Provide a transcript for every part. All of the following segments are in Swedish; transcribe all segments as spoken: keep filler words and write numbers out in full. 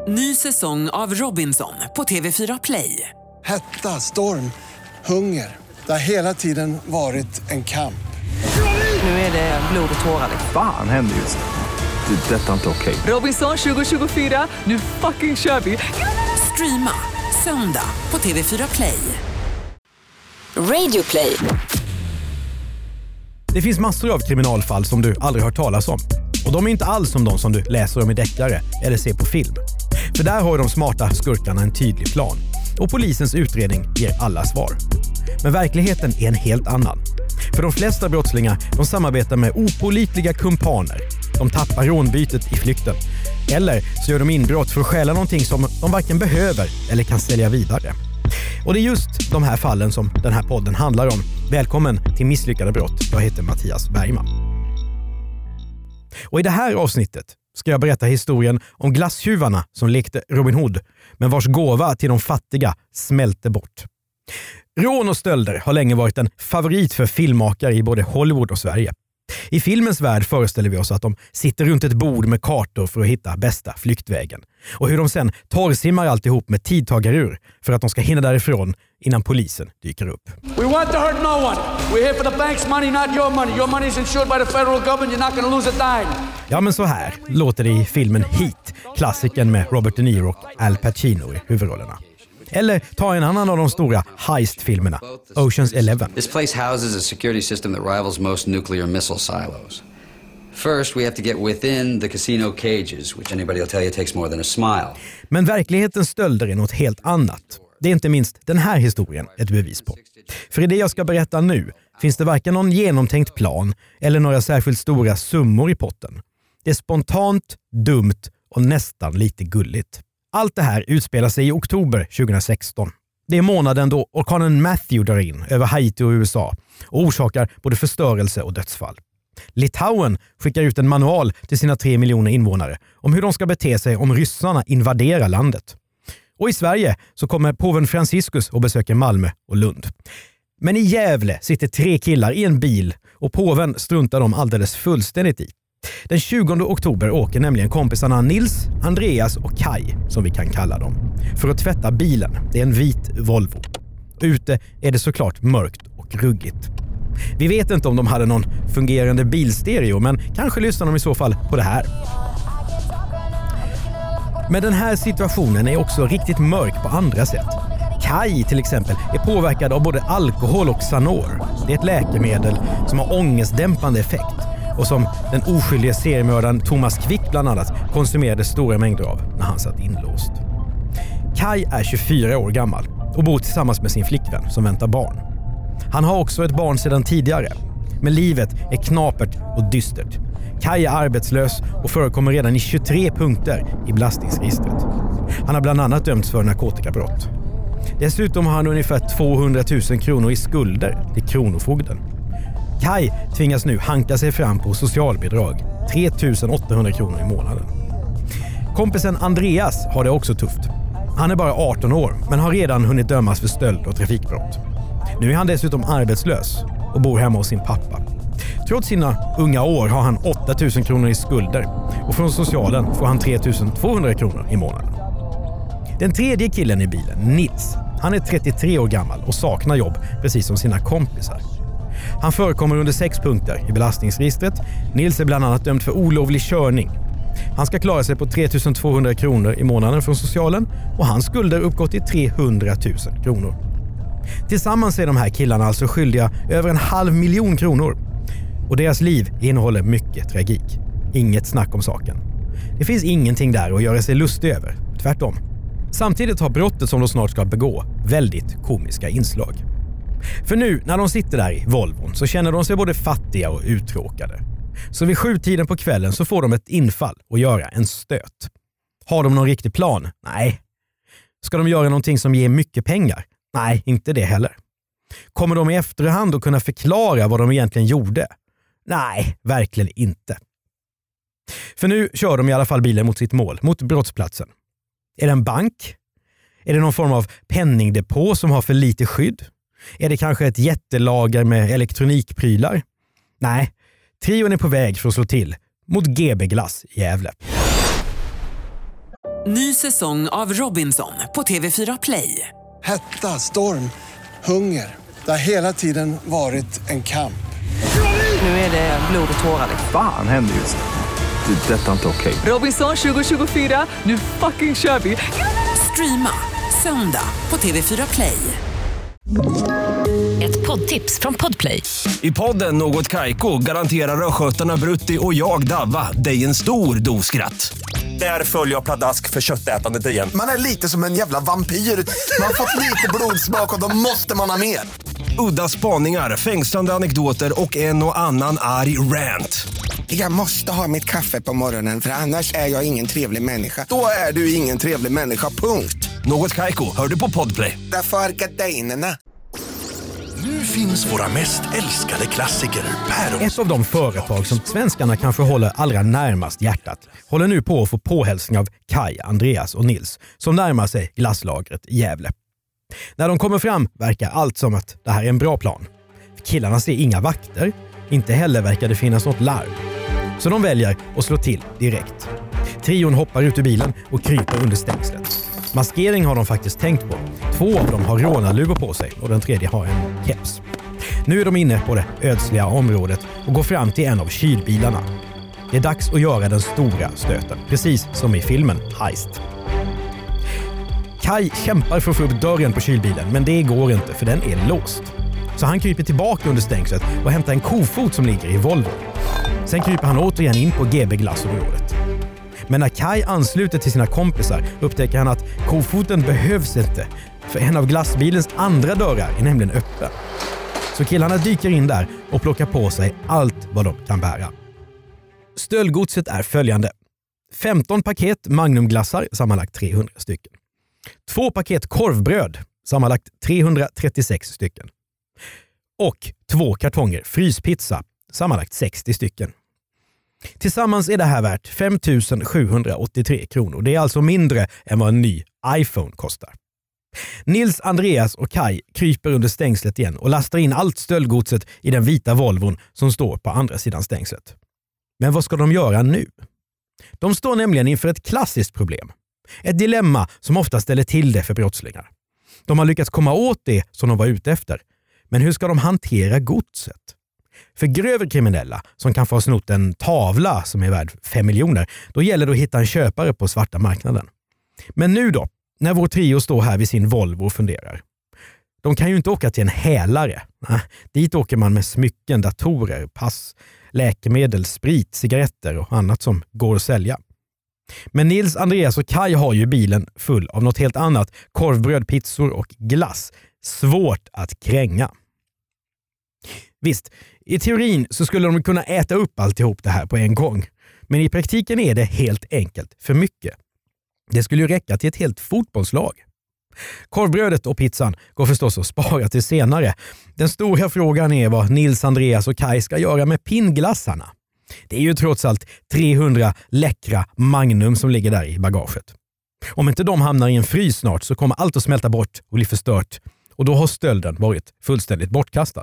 Ny säsong av Robinson på T V fyra Play. Hetta, storm, hunger. Det har hela tiden varit en kamp. Nu är det blod och tårar. Fan händer just det. Det är detta inte okej. Robinson tjugo tjugofyra, nu fucking kör vi. Streama söndag på T V fyra Play. Radio Play. Det finns massor av kriminalfall som du aldrig hört talas om. Och de är inte alls som de som du läser om i deckare eller ser på film. För där har de smarta skurkarna en tydlig plan. Och polisens utredning ger alla svar. Men verkligheten är en helt annan. För de flesta brottslingar, de samarbetar med opålitliga kumpaner. De tappar rånbytet i flykten. Eller så gör de inbrott för att stjäla någonting som de varken behöver eller kan sälja vidare. Och det är just de här fallen som den här podden handlar om. Välkommen till Misslyckade brott. Jag heter Mattias Bergman. Och i det här avsnittet ska jag berätta historien om glasstjuvarna som lekte Robin Hood, men vars gåva till de fattiga smälte bort. Rån och stölder har länge varit en favorit för filmmakare i både Hollywood och Sverige. I filmens värld föreställer vi oss att de sitter runt ett bord med kartor för att hitta bästa flyktvägen. Och hur de sen torrsimmar alltihop med tidtagarur för att de ska hinna därifrån innan polisen dyker upp. We want to hurt no one. We're here for the bank's money, not your money. Your money is insured by the federal government. You're not going to lose a dime. Ja, men så här låter det i filmen Heat, klassikern med Robert De Niro och Al Pacino i huvudrollerna. Eller ta en annan av de stora heist-filmerna, Ocean's Eleven. This place houses a security system that rivals most nuclear missile silos. First, we have to get within the casino cages, which anybody will tell you takes more than a smile. Men verklighetens stölder är något helt annat. Det är inte minst den här historien ett bevis på. För i det jag ska berätta nu finns det varken någon genomtänkt plan eller några särskilt stora summor i potten. Det är spontant, dumt och nästan lite gulligt. Allt det här utspelar sig i oktober tjugohundrasexton. Det är månaden då orkanen Matthew drar in över Haiti och U S A och orsakar både förstörelse och dödsfall. Litauen skickar ut en manual till sina tre miljoner invånare om hur de ska bete sig om ryssarna invaderar landet. Och i Sverige så kommer påven Franciscus och besöker Malmö och Lund. Men i Gävle sitter tre killar i en bil och påven struntar dem alldeles fullständigt i. Den tjugonde oktober åker nämligen kompisarna Nils, Andreas och Kai, som vi kan kalla dem, för att tvätta bilen. Det är en vit Volvo. Ute är det såklart mörkt och ruggigt. Vi vet inte om de hade någon fungerande bilstereo, men kanske lyssnar de i så fall på det här. Men den här situationen är också riktigt mörk på andra sätt. Kai till exempel är påverkad av både alkohol och Sanor. Det är ett läkemedel som har ångestdämpande effekt och som den oskyldiga seriemördaren Thomas Quick bland annat konsumerade stora mängder av när han satt inlåst. Kai är tjugofyra år gammal och bor tillsammans med sin flickvän som väntar barn. Han har också ett barn sedan tidigare, men livet är knapert och dystert. Kai är arbetslös och förekommer redan i tjugotre punkter i belastningsregistret. Han har bland annat dömts för narkotikabrott. Dessutom har han ungefär tvåhundratusen kronor i skulder till kronofogden. Kai tvingas nu hanka sig fram på socialbidrag, tre tusen åttahundra kronor i månaden. Kompisen Andreas har det också tufft. Han är bara arton år men har redan hunnit dömas för stöld och trafikbrott. Nu är han dessutom arbetslös och bor hemma hos sin pappa. Trots sina unga år har han åtta tusen kronor i skulder och från socialen får han tre tusen tvåhundra kronor i månaden. Den tredje killen i bilen, Nils, han är trettiotre år gammal och saknar jobb precis som sina kompisar. Han förekommer under sex punkter i belastningsregistret. Nils är bland annat dömd för olovlig körning. Han ska klara sig på tre tusen tvåhundra kronor i månaden från socialen och hans skulder uppgår till trehundratusen kronor. Tillsammans är de här killarna alltså skyldiga över en halv miljon kronor. Och deras liv innehåller mycket tragik. Inget snack om saken. Det finns ingenting där att göra sig lustig över. Tvärtom. Samtidigt har brottet som de snart ska begå väldigt komiska inslag. För nu när de sitter där i Volvon så känner de sig både fattiga och uttråkade. Så vid sjutiden på kvällen så får de ett infall och göra en stöt. Har de någon riktig plan? Nej. Ska de göra någonting som ger mycket pengar? Nej, inte det heller. Kommer de i efterhand att kunna förklara vad de egentligen gjorde? Nej, verkligen inte. För nu kör de i alla fall bilen mot sitt mål, mot brottsplatsen. Är det en bank? Är det någon form av penningdepå som har för lite skydd? Är det kanske ett jättelager med elektronikprylar? Nej, trion är på väg för att slå till mot G B Glass i Gävle. Ny säsong av Robinson på T V fyra Play. Hetta, storm, hunger. Det har hela tiden varit en kamp. Nu är det blod och tårar. Fan händer just det. Det är detta inte okej. Robinson tjugo tjugofyra, nu fucking kör vi. Streama söndag på T V fyra Play. Ett poddtips från Podplay. I podden Något Kaiko garanterar röskötarna Brutti och jag Davva dig en stor doskratt. Där följer jag pladask för köttätandet igen. Man är lite som en jävla vampyr. Man har fått lite blodsmak och då måste man ha mer. Udda spaningar, fängslande anekdoter och en och annan arg rant. Jag måste ha mitt kaffe på morgonen för annars är jag ingen trevlig människa. Då är du ingen trevlig människa, punkt. Något Kaiko, hör du på Podplay. Därför är gardinerna. Nu finns våra mest älskade klassiker. Päron. Ett av de företag som svenskarna kanske håller allra närmast hjärtat håller nu på att få påhälsning av Kai, Andreas och Nils som närmar sig glasslagret i Gävle. När de kommer fram verkar allt som att det här är en bra plan. Killarna ser inga vakter, inte heller verkar det finnas något larm. Så de väljer att slå till direkt. Trion hoppar ut ur bilen och kryper under stängslet. Maskering har de faktiskt tänkt på. Två av dem har rånarluvor på sig och den tredje har en keps. Nu är de inne på det ödsliga området och går fram till en av kylbilarna. Det är dags att göra den stora stöten, precis som i filmen Heist. Kai kämpar för att få upp dörren på kylbilen, men det går inte för den är låst. Så han kryper tillbaka under stängslet och hämtar en kofot som ligger i Volvo. Sen kryper han återigen in på G B-glassområdet. Men när Kai ansluter till sina kompisar upptäcker han att kofoten behövs inte, för en av glassbilens andra dörrar är nämligen öppen. Så killarna dyker in där och plockar på sig allt vad de kan bära. Stöldgodset är följande. femton paket magnumglassar, sammanlagt trehundra stycken. Två paket korvbröd, sammanlagt trehundratrettiosex stycken. Och två kartonger fryspizza, sammanlagt sextio stycken. Tillsammans är det här värt fem tusen sjuhundraåttiotre kronor. Det är alltså mindre än vad en ny iPhone kostar. Nils, Andreas och Kai kryper under stängslet igen och lastar in allt stöldgodset i den vita Volvon som står på andra sidan stängslet. Men vad ska de göra nu? De står nämligen inför ett klassiskt problem. Ett dilemma som ofta ställer till det för brottslingar. De har lyckats komma åt det som de var ute efter. Men hur ska de hantera godset? För grövre kriminella som kan få ha snott en tavla som är värd fem miljoner, då gäller det att hitta en köpare på svarta marknaden. Men nu då, när vår trio står här vid sin Volvo och funderar. De kan ju inte åka till en hälare. Nej, dit åker man med smycken, datorer, pass, läkemedel, sprit, cigaretter och annat som går att sälja. Men Nils, Andreas och Kai har ju bilen full av något helt annat. Korvbröd, pizzor och glass. Svårt att kränga. Visst, i teorin så skulle de kunna äta upp alltihop det här på en gång. Men i praktiken är det helt enkelt för mycket. Det skulle ju räcka till ett helt fotbollslag. Korvbrödet och pizzan går förstås att spara till senare. Den stora frågan är vad Nils, Andreas och Kai ska göra med pinnglassarna. Det är ju trots allt trehundra läckra Magnum som ligger där i bagaget. Om inte de hamnar i en frys snart så kommer allt att smälta bort och bli förstört. Och då har stölden varit fullständigt bortkastad.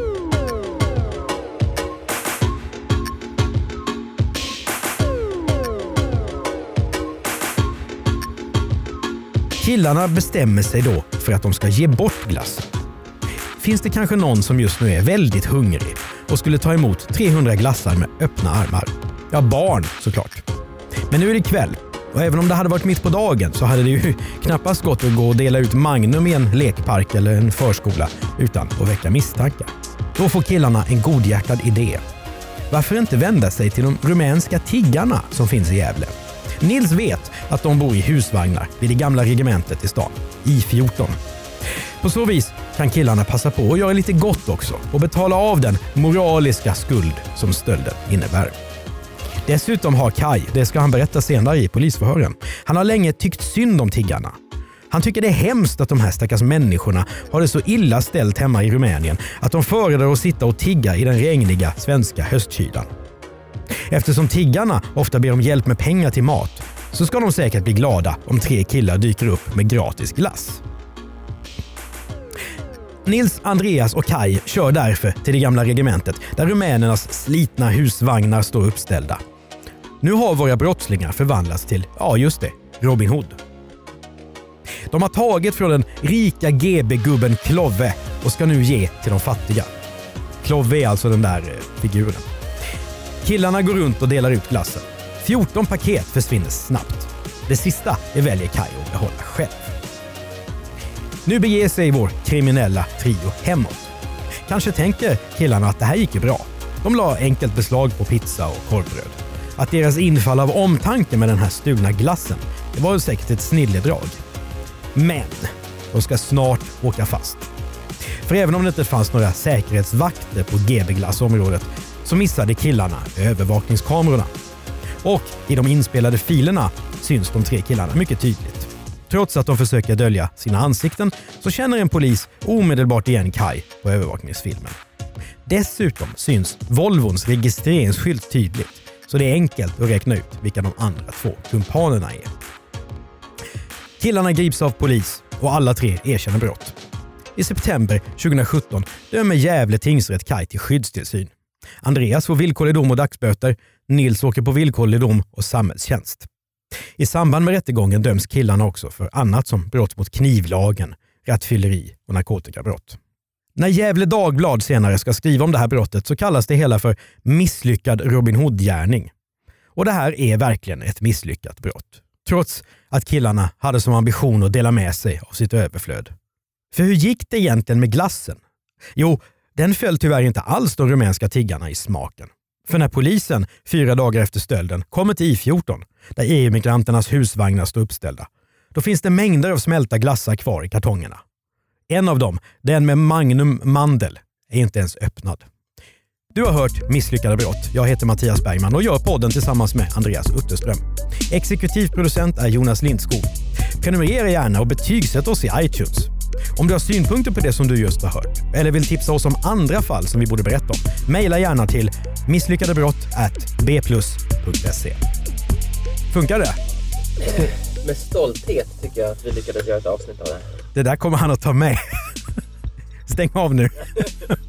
Killarna bestämmer sig då för att de ska ge bort glass. Finns det kanske någon som just nu är väldigt hungrig och skulle ta emot trehundra glassar med öppna armar? Ja, barn såklart. Men nu är det kväll och även om det hade varit mitt på dagen så hade det ju knappast gått att gå och dela ut Magnum i en lekpark eller en förskola utan att väcka misstankar. Då får killarna en godhjärtad idé. Varför inte vända sig till de rumänska tiggarna som finns i Gävle? Nils vet att de bor i husvagnar vid det gamla regementet i stan, I fjorton. På så vis kan killarna passa på att göra lite gott också och betala av den moraliska skuld som stölden innebär. Dessutom har Kai, det ska han berätta senare i polisförhören, han har länge tyckt synd om tiggarna. Han tycker det är hemskt att de här stackars människorna har det så illa ställt hemma i Rumänien att de föredrar att sitta och tigga i den regniga svenska höstkylan. Eftersom tiggarna ofta ber om hjälp med pengar till mat så ska de säkert bli glada om tre killar dyker upp med gratis glass. Nils, Andreas och Kai kör därför till det gamla regementet där rumänernas slitna husvagnar står uppställda. Nu har våra brottslingar förvandlats till, ja just det, Robin Hood. De har tagit från den rika G B-gubben Klove och ska nu ge till de fattiga. Klove är alltså den där figuren. Killarna går runt och delar ut glassen. fjorton paket försvinner snabbt. Det sista det väljer Kaj att behålla själv. Nu beger sig vår kriminella trio hemåt. Kanske tänker killarna att det här gick ju bra. De la enkelt beslag på pizza och korvbröd. Att deras infall av omtanke med den här stulna glassen, det var ju säkert ett snilledrag. Men de ska snart åka fast. För även om det inte fanns några säkerhetsvakter på G B-glassområdet så missade killarna övervakningskamerorna. Och i de inspelade filerna syns de tre killarna mycket tydligt. Trots att de försöker dölja sina ansikten så känner en polis omedelbart igen Kaj på övervakningsfilmen. Dessutom syns Volvons registreringsskylt tydligt så det är enkelt att räkna ut vilka de andra två kumpanerna är. Killarna grips av polis och alla tre erkänner brott. I september tjugohundrasjutton dömer Gävle tingsrätt Kaj till skyddstillsyn. Andreas får villkorlig dom och dagsböter, Nils åker på villkorlig dom och samhällstjänst. I samband med rättegången döms killarna också för annat som brott mot knivlagen, rattfylleri och narkotikabrott. När Gävle Dagblad senare ska skriva om det här brottet så kallas det hela för misslyckad Robin Hood-gärning. Och det här är verkligen ett misslyckat brott. Trots att killarna hade som ambition att dela med sig av sitt överflöd. För hur gick det egentligen med glassen? Jo, den föll tyvärr inte alls de rumänska tiggarna i smaken. För när polisen fyra dagar efter stölden kommer till I fjorton, där E U-migranternas husvagnar står uppställda, då finns det mängder av smälta glassar kvar i kartongerna. En av dem, den med Magnum Mandel, är inte ens öppnad. Du har hört Misslyckade brott. Jag heter Mattias Bergman och gör podden tillsammans med Andreas Utterström. Exekutiv producent är Jonas Lindskog. Prenumerera gärna och betygsätt oss i iTunes. Om du har synpunkter på det som du just har hört eller vill tipsa oss om andra fall som vi borde berätta om, mejla gärna till misslyckadebrott at b plus punkt se. Funkar det? Med stolthet tycker jag att vi lyckades göra ett avsnitt av det. Det där kommer han att ta med. Stäng av nu.